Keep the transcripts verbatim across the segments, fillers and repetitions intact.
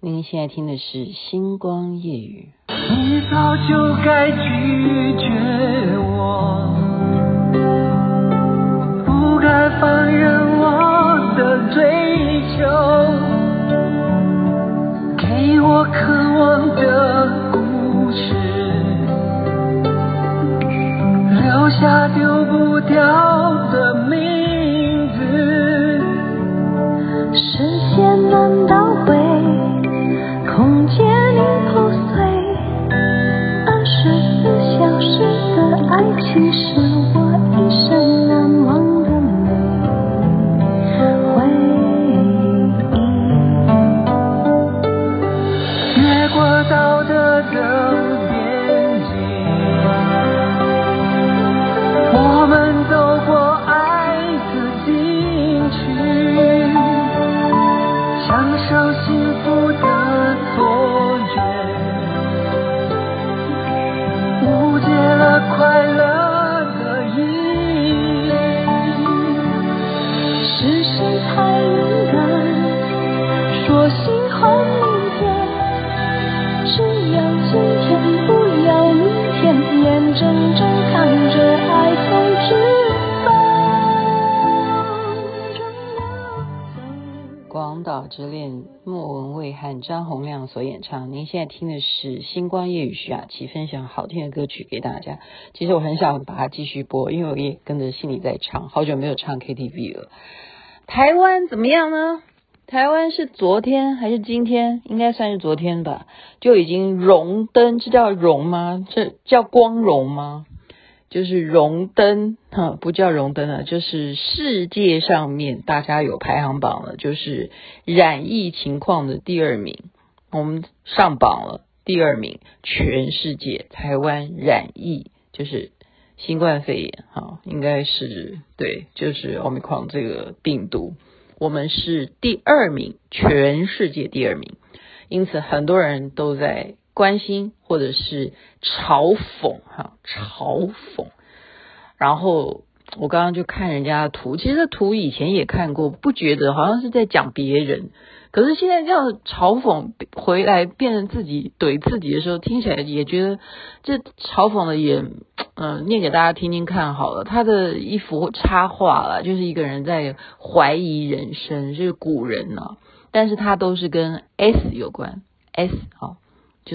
您现在听的是星光夜语。 你早就该拒绝我，不该放任我的追求，给我渴望的故事，留下丢不掉的名字。 视线难倒回，空间已破碎，二十四小时的爱情是我一生难忘的美回忆。 越过道德的边境，我们走过爱的禁区，享受幸福的错觉，误解了快乐的意义。 是谁太勇敢，说心换明天，只要今天不要明天，眼睁睁看着爱从指缝中流走。 广岛之恋，莫文蔚和张洪量所演唱。您现在听的是星光夜语，徐雅琪分享好听的歌曲给大家。其实我很想把它继续播，因为我也跟着心里在唱，好久没有唱 K T V 了。台湾怎么样呢？台湾是昨天还是今天？应该算是昨天吧，就已经荣登，这叫荣吗？这叫光荣吗？就是荣登，哈，不叫荣登了，就是世界上面大家有排行榜了，就是染疫情况的第二名，我们上榜了，第二名，全世界台湾染疫就是新冠肺炎，哈，应该是对，就是 Omicron 这个病毒，我们是第二名，全世界第二名，因此很多人都在关心或者是嘲讽哈，嘲嘲讽。然后我刚刚就看人家的图，其实这图以前也看过，不觉得好像是在讲别人，可是现在这样嘲讽回来变成自己怼自己的时候，听起来也觉得这嘲讽的也嗯、呃，念给大家听听看好了。他的一幅插画啦，就是一个人在怀疑人生，是古人啊，但是他都是跟 S 有关 S 好，就是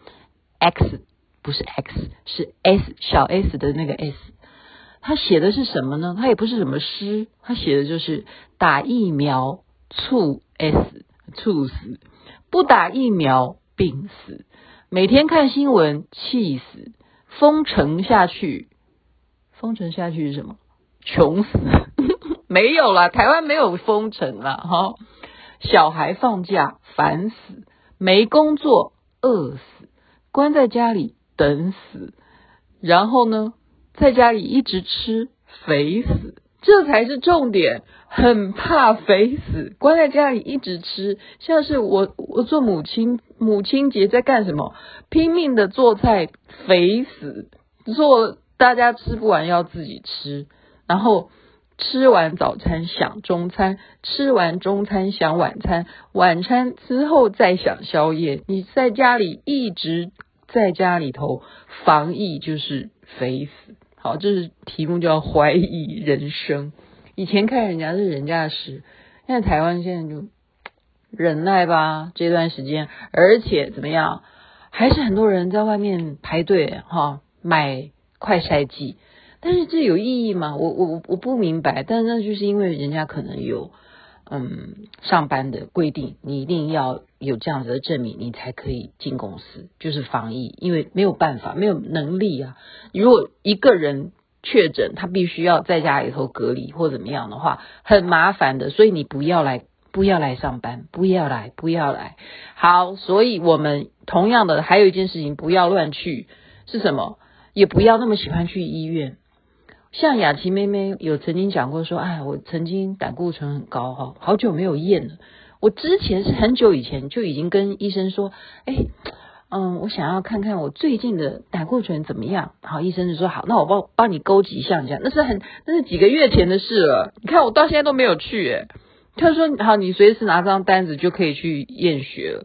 X 不是 X 是 S 小 S 的那个 S， 他写的是什么呢？他也不是什么诗，他写的就是打疫苗猝 S 猝死，不打疫苗病死，每天看新闻气死，封城下去，封城下去是什么？穷死没有啦，台湾没有封城啦哈。小孩放假烦死，没工作饿死，关在家里等死，然后呢在家里一直吃肥死，这才是重点，很怕肥死，关在家里一直吃，像是我我做母亲母亲节在干什么？拼命的做菜肥死，做大家吃不完要自己吃，然后吃完早餐想中餐，吃完中餐想晚餐，晚餐之后再想宵夜，你在家里一直在家里头防疫就是肥死。好，这是题目叫怀疑人生。以前看人家是人家的事，现在台湾现在就忍耐吧这段时间，而且怎么样，还是很多人在外面排队哈买快筛剂，但是这有意义吗？我我我不明白，但是那就是因为人家可能有嗯上班的规定，你一定要有这样子的证明，你才可以进公司，就是防疫，因为没有办法，没有能力啊。如果一个人确诊，他必须要在家里头隔离或怎么样的话，很麻烦的，所以你不要来。不要来上班，不要来，不要来。好，所以我们同样的还有一件事情，不要乱去，是什么？也不要那么喜欢去医院。像雅琪妹妹有曾经讲过说，哎，我曾经胆固醇很高哈，好久没有验了。我之前是很久以前就已经跟医生说，哎，嗯，我想要看看我最近的胆固醇怎么样。好，医生就说好，那我帮帮你勾几项这样。那是很那是几个月前的事了。你看我到现在都没有去，哎。他说好，你随时拿张单子就可以去验血了。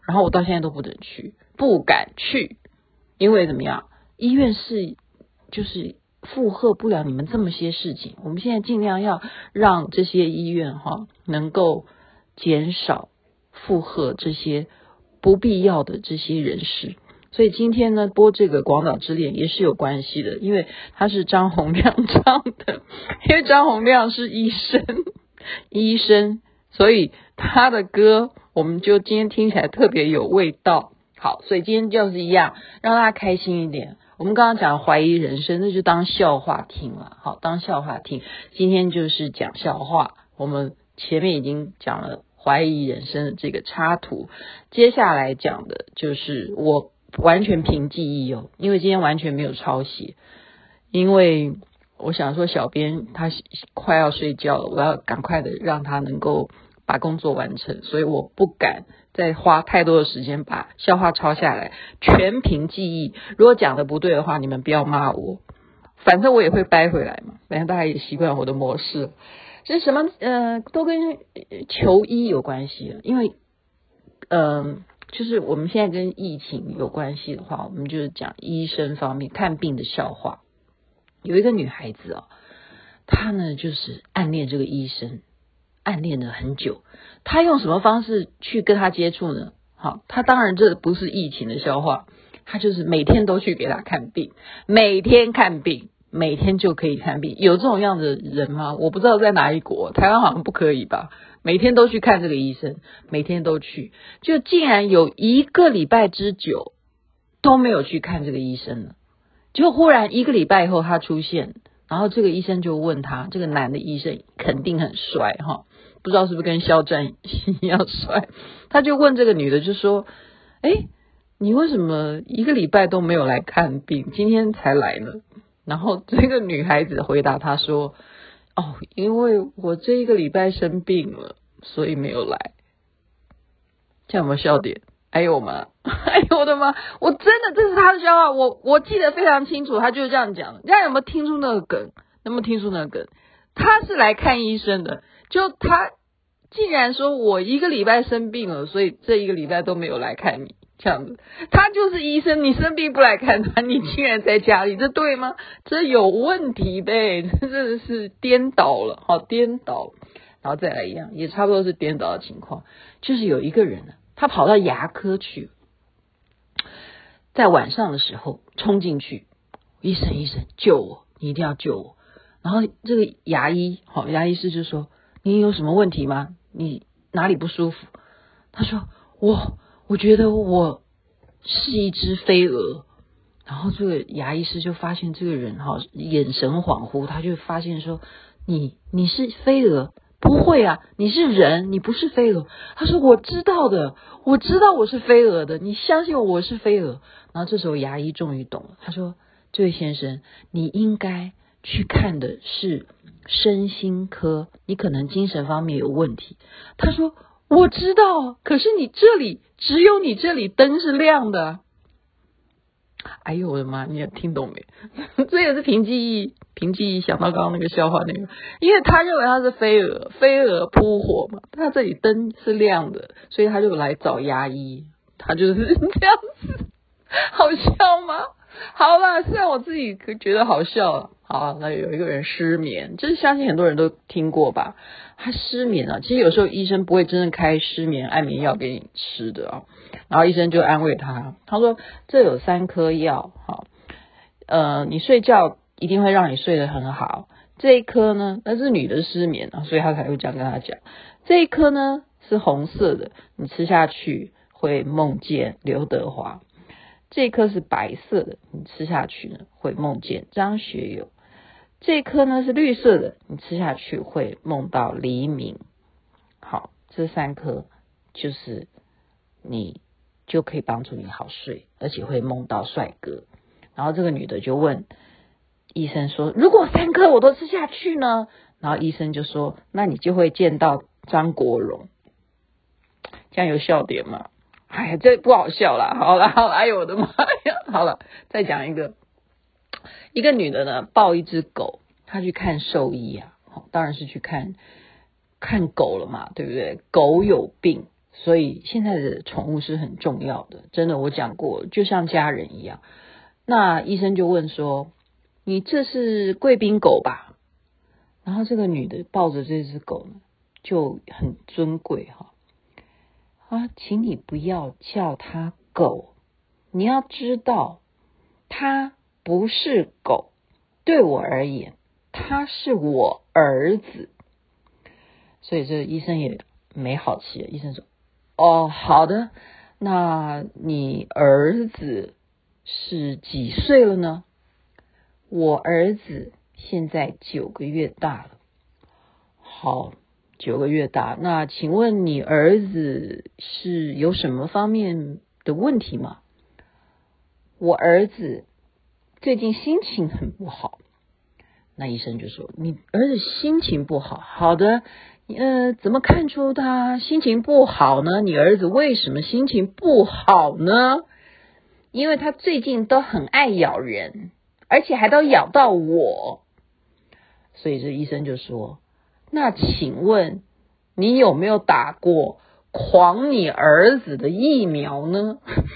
然后我到现在都不能去，不敢去，因为怎么样？医院是就是负荷不了你们这么些事情，我们现在尽量要让这些医院哈能够减少负荷这些不必要的这些人士。所以今天呢播这个广岛之恋也是有关系的，因为他是张洪量唱的，因为张洪量是医生医生，所以他的歌我们就今天听起来特别有味道。好，所以今天就是一样让大家开心一点，我们刚刚讲怀疑人生，那就当笑话听了，好，当笑话听。今天就是讲笑话，我们前面已经讲了怀疑人生的这个插图，接下来讲的就是我完全凭记忆哦，因为今天完全没有抄写，因为我想说小编他快要睡觉了，我要赶快的让他能够把工作完成，所以我不敢再花太多的时间把笑话抄下来，全凭记忆。如果讲的不对的话，你们不要骂我，反正我也会掰回来嘛，反正大家也习惯我的模式。这是什么？呃，都跟求医有关系，因为嗯。呃就是我们现在跟疫情有关系的话，我们就是讲医生方面看病的笑话。有一个女孩子哦，她呢就是暗恋这个医生，暗恋了很久。她用什么方式去跟他接触呢？好，她当然这不是疫情的笑话，她就是每天都去给他看病，每天看病，每天就可以看病。有这种样的人吗？我不知道在哪一国，台湾好像不可以吧？每天都去看这个医生，每天都去，就竟然有一个礼拜之久都没有去看这个医生了。就忽然一个礼拜以后他出现，然后这个医生就问他，这个男的医生肯定很帅哈，不知道是不是跟肖战一样帅，他就问这个女的就说，诶，你为什么一个礼拜都没有来看病，今天才来呢？然后这个女孩子回答他说，哦，因为我这一个礼拜生病了，所以没有来。这样有没有笑点？哎呦我妈，哎呦我的妈！我真的这是他的笑话，我我记得非常清楚，他就是这样讲的。大家有没有听出那个梗？有没有听出那个梗？他是来看医生的，就他竟然说我一个礼拜生病了，所以这一个礼拜都没有来看你。这样子，他就是医生，你生病不来看他，你竟然在家里，这对吗？这有问题呗，这真的是颠倒了，好颠倒。然后再来一样，也差不多是颠倒的情况，就是有一个人呢，他跑到牙科去，在晚上的时候冲进去，医生医生救我，你一定要救我。然后这个牙医，好，牙医师就说，你有什么问题吗？你哪里不舒服？他说我我觉得我是一只飞蛾。然后这个牙医师就发现这个人哈眼神恍惚，他就发现说，你你是飞蛾？不会啊，你是人，你不是飞蛾。他说我知道的，我知道我是飞蛾的，你相信我，我是飞蛾。然后这时候牙医终于懂了，他说，这位先生，你应该去看的是身心科，你可能精神方面有问题。他说我知道，可是你这里只有你这里灯是亮的。哎呦我的妈，你也听懂没？这也是凭记忆，凭记忆想到刚刚那个笑话那个，因为他认为他是飞蛾，飞蛾扑火嘛，他这里灯是亮的，所以他就来找牙医，他就是这样子，好笑吗？好啦，虽然我自己觉得好笑了。好，那有一个人失眠，这相信很多人都听过吧？他失眠啊，其实有时候医生不会真正开失眠安眠药给你吃的啊。然后医生就安慰他，他说这有三颗药，好，呃，你睡觉一定会让你睡得很好。这一颗呢，那是女的失眠啊，所以他才会这样跟他讲。这一颗呢是红色的，你吃下去会梦见刘德华。这一颗是白色的，你吃下去呢会梦见张学友。这一颗呢是绿色的，你吃下去会梦到黎明。好，这三颗就是你就可以帮助你好睡，而且会梦到帅哥。然后这个女的就问医生说，如果三颗我都吃下去呢？然后医生就说，那你就会见到张国荣。这样有笑点吗？哎呀，这不好笑啦。好了好了，哎呦我的妈呀！好了，再讲一个，一个女的呢抱一只狗，她去看兽医啊，当然是去看看狗了嘛，对不对？狗有病， 所以现在的宠物是很重要的，真的，我讲过，就像家人一样。那医生就问说，你这是贵宾狗吧？然后这个女的抱着这只狗呢，就很尊贵哈啊，请你不要叫它狗，你要知道，它不是狗，对我而言，它是我儿子。所以这个医生也没好气，医生说，哦，好的，那你儿子是几岁了呢？我儿子现在九个月大了。好，九个月大，那请问你儿子是有什么方面的问题吗？我儿子最近心情很不好。那医生就说，你儿子心情不好，好的，呃，怎么看出他心情不好呢？你儿子为什么心情不好呢？因为他最近都很爱咬人，而且还都咬到我。所以这医生就说，那请问你有没有打过狂你儿子的疫苗呢？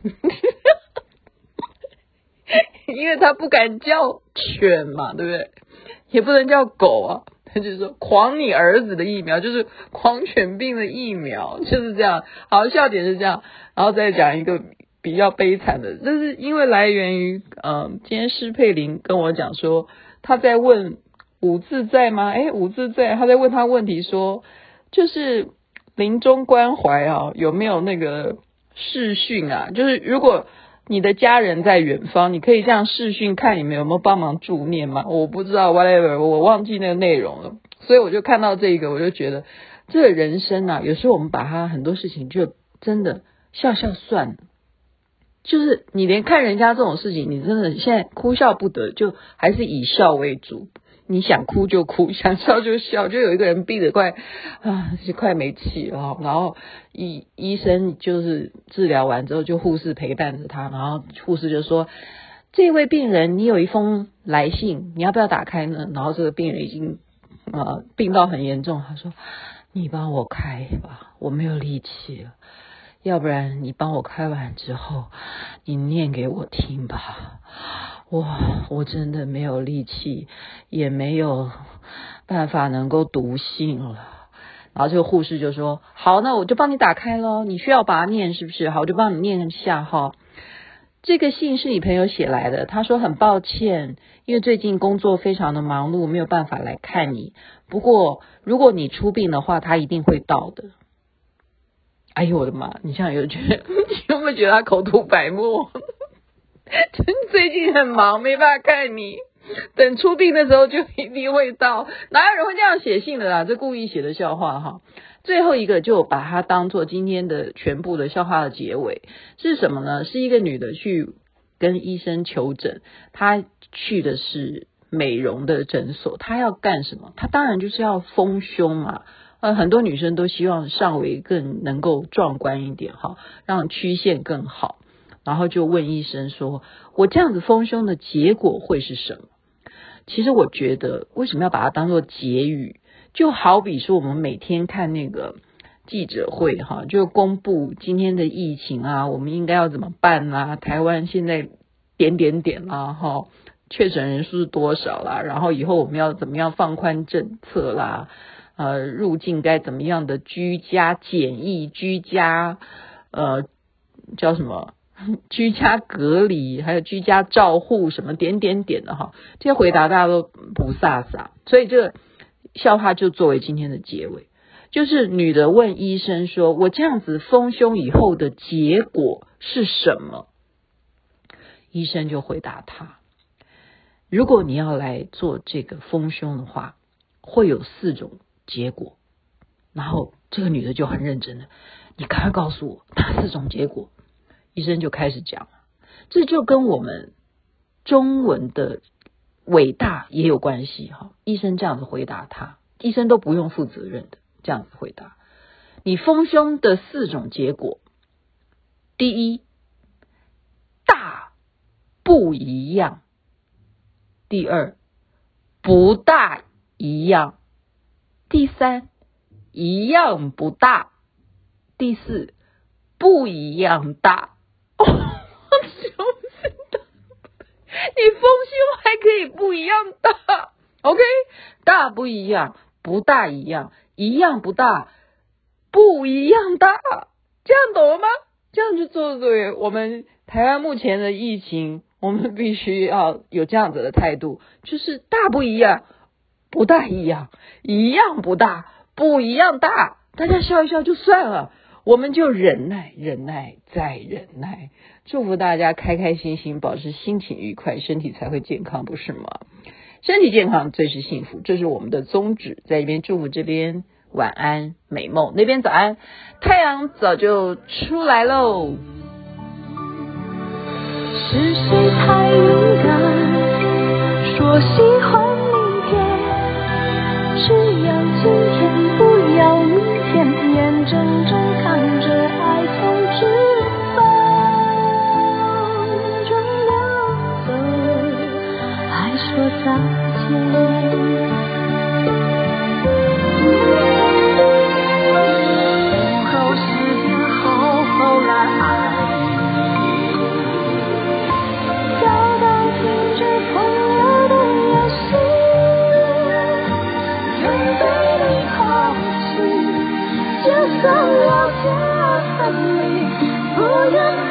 因为他不敢叫犬嘛，对不对？也不能叫狗啊，他就说狂你儿子的疫苗，就是狂犬病的疫苗，就是这样。好，笑点是这样，然后再讲一个比较悲惨的，这是因为来源于呃，今天施佩玲跟我讲说，他在问伍自在吗？诶，伍自在，他在问他问题说，就是临终关怀啊，有没有那个视讯啊？就是如果你的家人在远方，你可以这样视讯看你们有没有帮忙助念吗？我不知道 whatever， 我忘记那个内容了。所以我就看到这个，我就觉得这个人生啊，有时候我们把它很多事情就真的笑笑算了。就是你连看人家这种事情，你真的现在哭笑不得，就还是以笑为主。你想哭就哭，想笑就笑。就有一个人病得快啊，就快没气了，然后医医生就是治疗完之后，就护士陪伴着他，然后护士就说，这位病人你有一封来信，你要不要打开呢？然后这个病人已经呃病到很严重，他说，你帮我开吧，我没有力气了，要不然你帮我开完之后你念给我听吧，哇，我真的没有力气，也没有办法能够读信了。然后这个护士就说，好，那我就帮你打开咯，你需要把它念是不是？好，我就帮你念一下哈。这个信是你朋友写来的，他说很抱歉，因为最近工作非常的忙碌，没有办法来看你，不过如果你出殡的话，他一定会到的。哎呦我的妈，你这样有觉得你有没有觉得他口吐白沫？最近很忙，没办法看你，等出殡的时候就一定会到。哪有人会这样写信的啦？这故意写的笑话哈。最后一个就把它当做今天的全部的笑话的结尾是什么呢？是一个女的去跟医生求诊，她去的是美容的诊所，她要干什么？她当然就是要丰胸嘛。呃，很多女生都希望上围更能够壮观一点哈，让曲线更好。然后就问医生说，我这样子丰胸的结果会是什么？其实我觉得为什么要把它当作结语，就好比说我们每天看那个记者会哈，就公布今天的疫情啊，我们应该要怎么办啊，台湾现在点点点啦哈，确诊人数是多少啦，然后以后我们要怎么样放宽政策啦，呃，入境该怎么样的居家检疫，居家呃叫什么居家隔离，还有居家照护什么点点点的哈，这些回答大家都不飒飒，所以这个笑话就作为今天的结尾。就是女的问医生说，我这样子丰胸以后的结果是什么？医生就回答她，如果你要来做这个丰胸的话，会有四种结果。然后这个女的就很认真的，你赶快告诉我哪四种结果？医生就开始讲，这就跟我们中文的伟大也有关系哈。医生这样子回答他，医生都不用负责任的这样子回答，你丰胸的四种结果，第一，大不一样；第二，不大一样；第三，一样不大； 第四，不一样大。哦，就是大，你丰胸还可以不一样大。OK， 大不一样，不大一样，一样不大，不一样大，这样懂了吗？这样就做对我们台湾目前的疫情，我们必须要有这样子的态度，就是大不一样，不大一样，一样不大，不一样大，大家笑一笑就算了，我们就忍耐，忍耐再忍耐。祝福大家开开心心，保持心情愉快，身体才会健康，不是吗？身体健康最是幸福，这是我们的宗旨。在这边祝福这边晚安美梦，那边早安，太阳早就出来喽。 是谁太勇敢，说喜欢明天，只要今天不要明天，眼睁睁看着爱从指缝中流走，还说再见。 午后时间好好来爱你， 交到听着朋友的游戏，愿被你抛弃，就算我家恨你，不愿